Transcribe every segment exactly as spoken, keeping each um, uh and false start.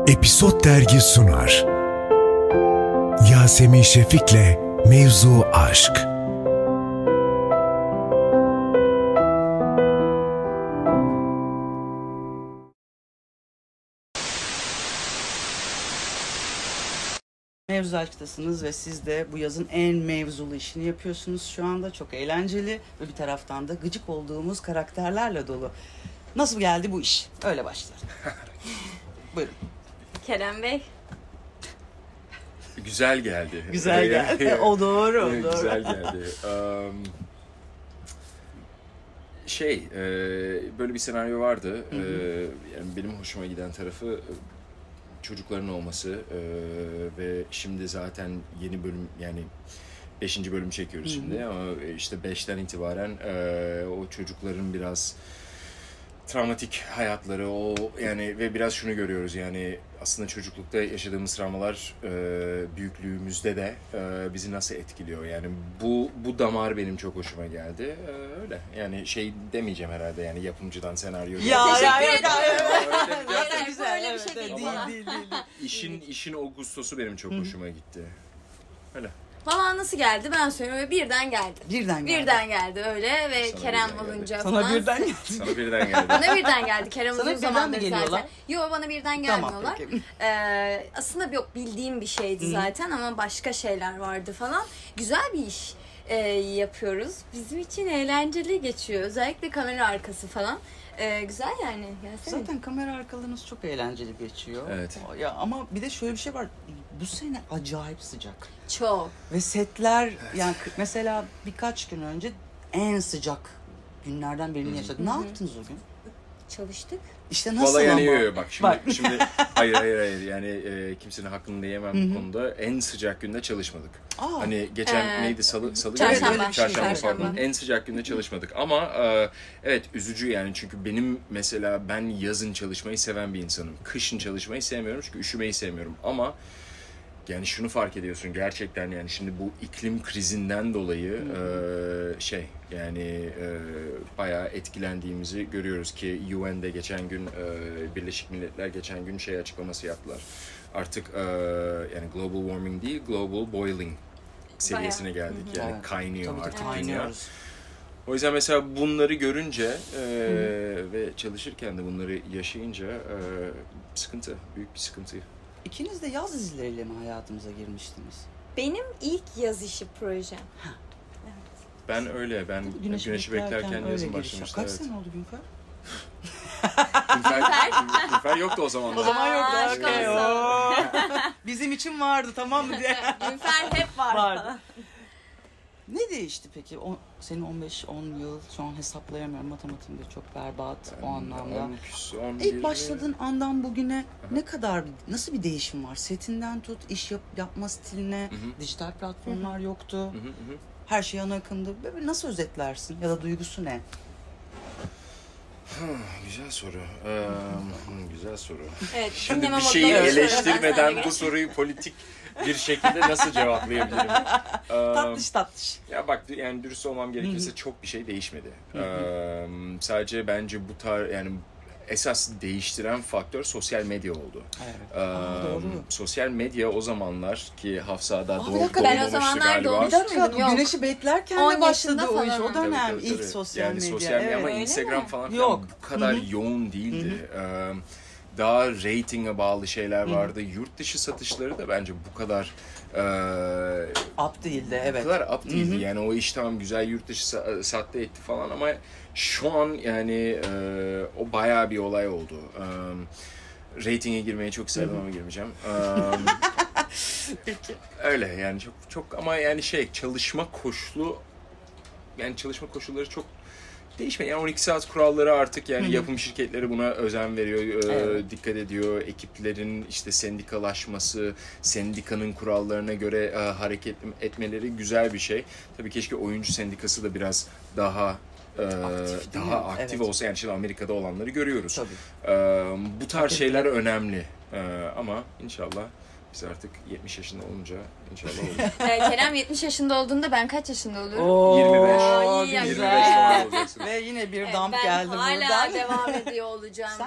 Episod Dergi sunar. Yasemin Şefik'le Mevzu Aşk. Mevzu Aşk'tasınız ve siz de bu yazın en mevzulu işini yapıyorsunuz şu anda. Çok eğlenceli ve bir taraftan da gıcık olduğumuz karakterlerle dolu. Nasıl geldi bu iş? Öyle başlayalım. Buyurun. Kerem Bey. Güzel geldi. Güzel geldi. O doğru. O doğru. Güzel geldi. Um, şey, e, böyle bir senaryo vardı. E, yani benim hoşuma giden tarafı çocukların olması e, ve şimdi zaten yeni bölüm, yani beşinci bölüm çekiyoruz Hı-hı. şimdi ama işte beşten itibaren e, o çocukların biraz travmatik hayatları, o yani ve biraz şunu görüyoruz, yani aslında çocuklukta yaşadığımız travmalar e, büyüklüğümüzde de e, bizi nasıl etkiliyor, yani bu bu damar benim çok hoşuma geldi. E, öyle yani şey demeyeceğim herhalde, yani yapımcıdan senaryo. Ya Teşekkür ya ederim. ya. Öyle, Güzel, böyle bir evet, şey değil, değil, falan. değil, değil, değil. İşin işin o gustosu benim çok hoşuma gitti. Öyle. Valla nasıl geldi ben söyleyeyim ve birden geldi. Birden geldi. Birden geldi öyle ve Sana Kerem birden olunca geldi. falan. Sana birden geldi. Sana birden geldi. Bana birden geldi. Kerem Sana uzun birden mi zamandır geliyorlar? zaten. Yok, bana birden Tamam, gelmiyorlar. peki. Ee, aslında yok, bildiğim bir şeydi Hı. zaten ama başka şeyler vardı falan. Güzel bir iş e, yapıyoruz. Bizim için eğlenceli geçiyor. Özellikle kamera arkası falan. Ee, güzel yani. Gelsene. Zaten kamera arkalarınız çok eğlenceli geçiyor. Evet. Ya ama bir de şöyle bir şey var. Bu sene acayip sıcak. Çok. Ve setler yani mesela birkaç gün önce en sıcak günlerden birini yaşadık. Ne yaptınız o gün? Çalıştık. İşte nasıl Vallahi ama? yani yok yok bak şimdi Bak. şimdi hayır hayır hayır yani e, kimsenin hakkını yemem bu konuda. En sıcak günde çalışmadık. Aa. Hani geçen Ee, neydi salı salı çarşamba. günü, çarşamba, Çarşamba. pardon. En sıcak günde çalışmadık ama e, evet üzücü yani, çünkü benim mesela ben yazın çalışmayı seven bir insanım. Kışın çalışmayı sevmiyorum çünkü üşümeyi sevmiyorum ama yani şunu fark ediyorsun gerçekten, yani şimdi bu iklim krizinden dolayı e, şey yani e, bayağı etkilendiğimizi görüyoruz ki U N'de geçen gün e, Birleşik Milletler geçen gün şey açıklaması yaptılar. Artık e, yani global warming değil, global boiling seviyesine geldik. Yani Evet. kaynıyor Tabii artık ki dünya. kaynıyoruz. O yüzden mesela bunları görünce e, ve çalışırken de bunları yaşayınca e, sıkıntı, büyük bir sıkıntı. İkiniz de yaz dizileriyle mi hayatımıza girmiştiniz? Benim ilk yaz işi projem. Ben öyle, ben Güneşi, güneşi, beklerken, beklerken öyle yazın giriş başlamıştım. yap- Kaç Evet. sene oldu Günfer? Ülfer, Ülfer yoktu o zamanlar. O zaman yoktu. Aa, aşk okey. olsun. Oo. Bizim için vardı, tamam mı diye. Günfer hep var. Vardı. Ne değişti peki? O, senin on beş on yıl, şu an hesaplayamıyorum, matematiğim de çok berbat o anlamda. on küsur, on bir İlk başladığın andan bugüne ne kadar, nasıl bir değişim var? Setinden tut, iş yap, yapma stiline, Hı hı. dijital platformlar yoktu. Hı hı hı. Her şey ana akımdı. Böyle nasıl özetlersin? Ya da duygusu ne? Güzel soru. Ee, güzel soru. Evet, Şimdi dinleme bir şeyi moduna geçiyorum ben eleştirmeden sana bu soruyu politik bir şekilde nasıl cevaplayabilirim? Ee, Tatlış tatlış. Ya bak, yani dürüst olmam gerekirse Hı-hı. çok bir şey değişmedi. Hı-hı. Ee, sadece bence bu tar yani esas değiştiren faktör sosyal medya oldu. Evet. Ee, Aa, doğru. Sosyal medya o zamanlar ki Hafsa da Aa, bir doğ, dakika, ben o doğmamıştı zamanlar galiba. doğmuş- Bir dakika, muydun? Yok. güneşi beklerken on de başladı yaşında o iş. falan. O dönem Tabii, tabii, ilk tabii. sosyal yani medya. sosyal medya ama Evet. Instagram mi? falan filan Yok. bu kadar Hı-hı. yoğun değildi. Ee, daha ratinge bağlı şeyler vardı. Yurt dışı satışları da bence bu kadar e, Up değildi, bu evet. kadar up değildi. Hı-hı. Yani o iş tamam güzel, yurt dışı sa- sattı etti falan ama şu an yani e, o bayağı bir olay oldu. E, ratinge girmeyi çok isterdim ama girmeyeceğim. E, Peki. öyle yani çok çok ama yani şey çalışma koşulu yani çalışma koşulları çok değişmiyor. Yani on iki saat kuralları artık yani Hı-hı. yapım şirketleri buna özen veriyor, e, Evet. dikkat ediyor. Ekiplerin işte sendikalaşması, sendikanın kurallarına göre e, hareket etmeleri güzel bir şey. Tabii keşke oyuncu sendikası da biraz daha e, Aktif, değil daha mi? aktif Evet. olsa. Yani şimdi Amerika'da olanları görüyoruz. Tabii. E, bu tarz Hakikaten. şeyler önemli. E, ama inşallah biz artık yetmiş yaşında olunca inşallah olur. Ee, Kerem yetmiş yaşında olduğunda ben kaç yaşında oluyorum? Oo, yirmi beş. iyi güzel. yirmi beş falan olacaksın. Ve yine bir Evet, dump ben geldi hala buradan. devam ediyor olacağım. Sen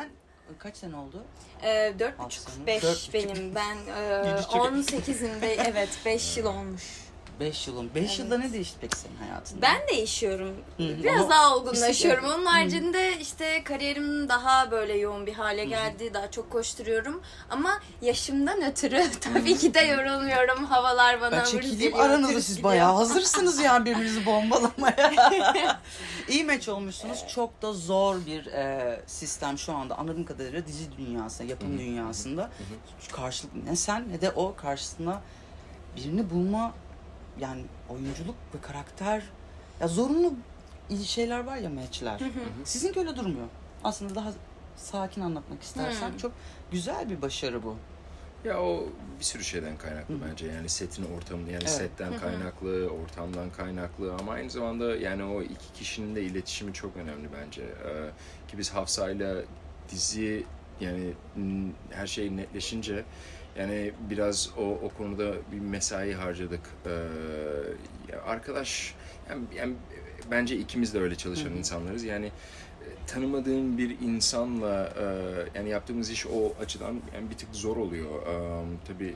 kaç sene oldu? Ee, dört Altı buçuk, sene. beş Dört buçuk. benim. Ben e, Yedi çok- on sekizinde evet beş yıl olmuş. beş yılın. beş Evet. yılda ne değişti peki senin hayatında? Ben değişiyorum. Hı hı. Biraz Ama daha olgunlaşıyorum. bisiklet- Onun haricinde işte kariyerim daha böyle yoğun bir hale geldi. Daha çok koşturuyorum. Ama yaşımdan ötürü tabii ki de yorulmuyorum. Havalar bana Ben vır çekileyim geliyor, aranızda, turist siz gidiyor. bayağı hazırsınız yani birbirinizi bombalamaya. İyi meç olmuşsunuz. Çok da zor bir e, sistem şu anda anladığım kadarıyla dizi dünyasında, yapım dünyasında. Karşılık ne sen ne de o karşısında birini bulma, yani oyunculuk ve karakter, ya zorunlu şeyler var ya, meçler. Sizinki öyle durmuyor. Aslında daha sakin anlatmak istersen Hı. çok güzel bir başarı bu. Ya o bir sürü şeyden kaynaklı bence, yani setin ortamı, yani Evet. setten kaynaklı, ortamdan kaynaklı, ama aynı zamanda yani o iki kişinin de iletişimi çok önemli bence. Ee, ki biz Hafsa'yla dizi, yani n- her şey netleşince yani biraz o o konuda bir mesai harcadık. Ee, ya arkadaş, yani, yani bence ikimiz de öyle çalışan insanlarız. Yani tanımadığım bir insanla e, yani yaptığımız iş o açıdan yani bir tık zor oluyor. E, tabii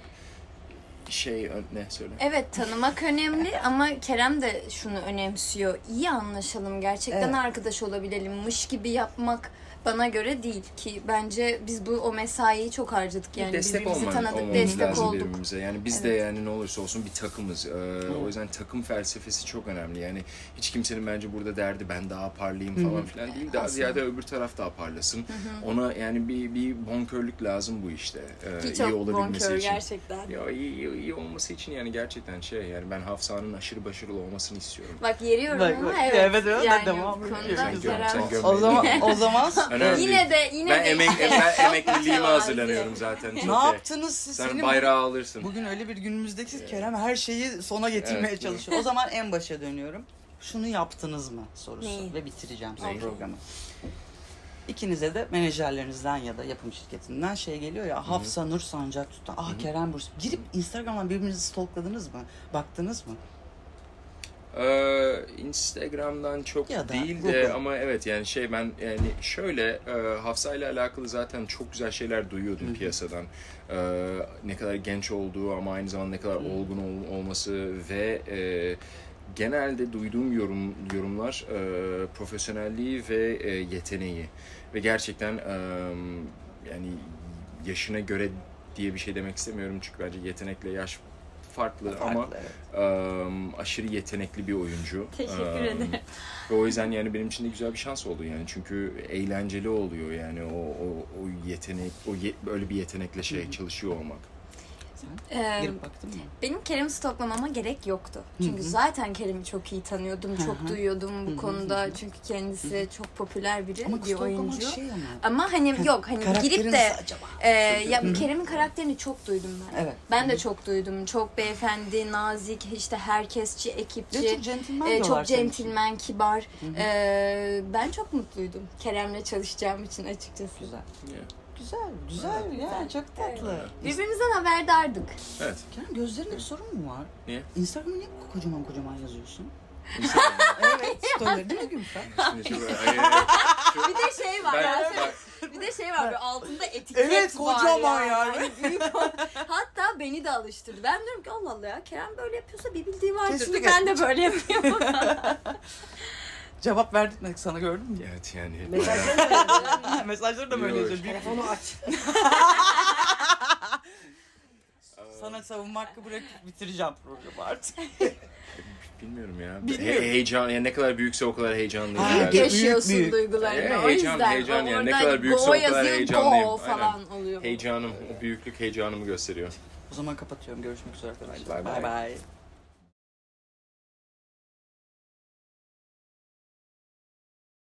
şey ne söyle? Evet, tanımak önemli ama Kerem de şunu önemsiyor. İyi anlaşalım, gerçekten Evet. arkadaş olabilelimmiş gibi yapmak bana göre değil ki, bence biz bu o mesaiyi çok harcadık yani, Destek birbirimizi olman, tanıdık, olmamız destek lazım olduk. birbirimize. Yani biz de Evet. yani ne olursa olsun bir takımız. Ee, o yüzden takım felsefesi çok önemli. Yani hiç kimsenin bence burada derdi ben daha parlayayım falan filan değil. Daha Aslında. ziyade öbür taraf daha parlasın. Ona yani bir bir bonkörlük lazım bu işte. Ee, Ki iyi çok olabilmesi bonkör için. gerçekten. Ya iyi, iyi, iyi olması için yani gerçekten şey, yani ben Hafsa'nın aşırı başarılı olmasını istiyorum. Bak yeriyorum Bak, ama bak. evet. Evet, evet, yani devam bu ediyor. konuda Sen göm, Kerem... sen göm. O zaman o zaman Önemli Yine de yine Ben de emek işte. ben emekliliğime Mütevazi. hazırlanıyorum zaten. Çok ne iyi. yaptınız siz? Sen Senin bayrağı alırsın. bugün öyle bir günümüzdeki ki Kerem her şeyi sona getirmeye Evet. çalışıyor. O zaman en başa dönüyorum. Şunu yaptınız mı sorusu Neyi? ve bitireceğim son Neyi? programı. İkinize de menajerlerinizden ya da yapım şirketinden şey geliyor ya, Hafsa Nur Sancak Tutan, ah Kerem Burs. Girip Instagram'dan birbirinizi stalkladınız mı? Baktınız mı? Ee, Instagram'dan çok Ya da değil de Google. ama evet yani şey, ben yani şöyle e, Hafsa ile alakalı zaten çok güzel şeyler duyuyordum piyasadan. Ee, ne kadar genç olduğu ama aynı zamanda ne kadar olgun ol- olması ve e, genelde duyduğum yorum yorumlar e, profesyonelliği ve e, yeteneği ve gerçekten e, yani yaşına göre diye bir şey demek istemiyorum çünkü bence yetenekle yaş farklı, Farklı, ama evet. um, aşırı yetenekli bir oyuncu. Teşekkür Um, ederim. Ve o yüzden yani benim için de güzel bir şans oldu yani, çünkü eğlenceli oluyor yani o o, o yetenek, o ye, böyle bir yetenekle şey çalışıyor olmak. Ee, Girip baktın mı? Benim Kerem'i stoklamama gerek yoktu. Çünkü zaten Kerem'i çok iyi tanıyordum, çok duyuyordum bu konuda. Çünkü kendisi çok popüler biri, Ama bir stalklamak oyuncu. şey ama. Ama hani yok, hani girip Karakteriniz de acaba? e, ya Kerem'in karakterini çok duydum ben. Evet. Ben de çok duydum. Çok beyefendi, nazik, işte herkesçi, ekipçi. Ve çok centilmen e, diyorlar çok senin için. centilmen, kibar. E, ben çok mutluydum Kerem'le çalışacağım için açıkçası. Güzel. Yeah. Güzel, güzel ya, çok tatlı. Birbirimizden haberdardık. Evet. Kerem, gözlerinde bir sorun mu var? Niye? Instagram'a niye kocaman kocaman yazıyorsun? Instagram'da. Evet, story değil mi Gülfem? Şimdi şu- ay, ay, ay. Şu- Bir de şey var. Ben- ya, bak- Bir de şey var, böyle altında etiket Evet, var kocaman yani. yani. Hani büyük o- Hatta beni de alıştırdı. Ben diyorum ki Allah Allah ya, Kerem böyle yapıyorsa bir bildiği vardır. Kesinlikle. Ben de böyle yapıyorum. Cevap verdik sana, gördün mü? Evet yani. Mesajları da böyle Yok. yazıyor. Telefonu aç. Sana savunma hakkı bırakıp bitireceğim programı artık. Bilmiyorum ya. Bilmiyorum. He- heyecan, yani ne kadar büyükse o kadar heyecanlıyım. Ha, herhalde. ge- Yaşıyorsun büyük. duygularını. Ee, o heyecan, yüzden heyecan yani. Ne orada kadar büyükse go o kadar yazıyor, heyecanlıyım. Go falan Aynen. oluyor. Heyecanım, o büyüklük heyecanımı gösteriyor. O zaman kapatıyorum. Görüşmek üzere arkadaşlar. Bye bye. Bye bye.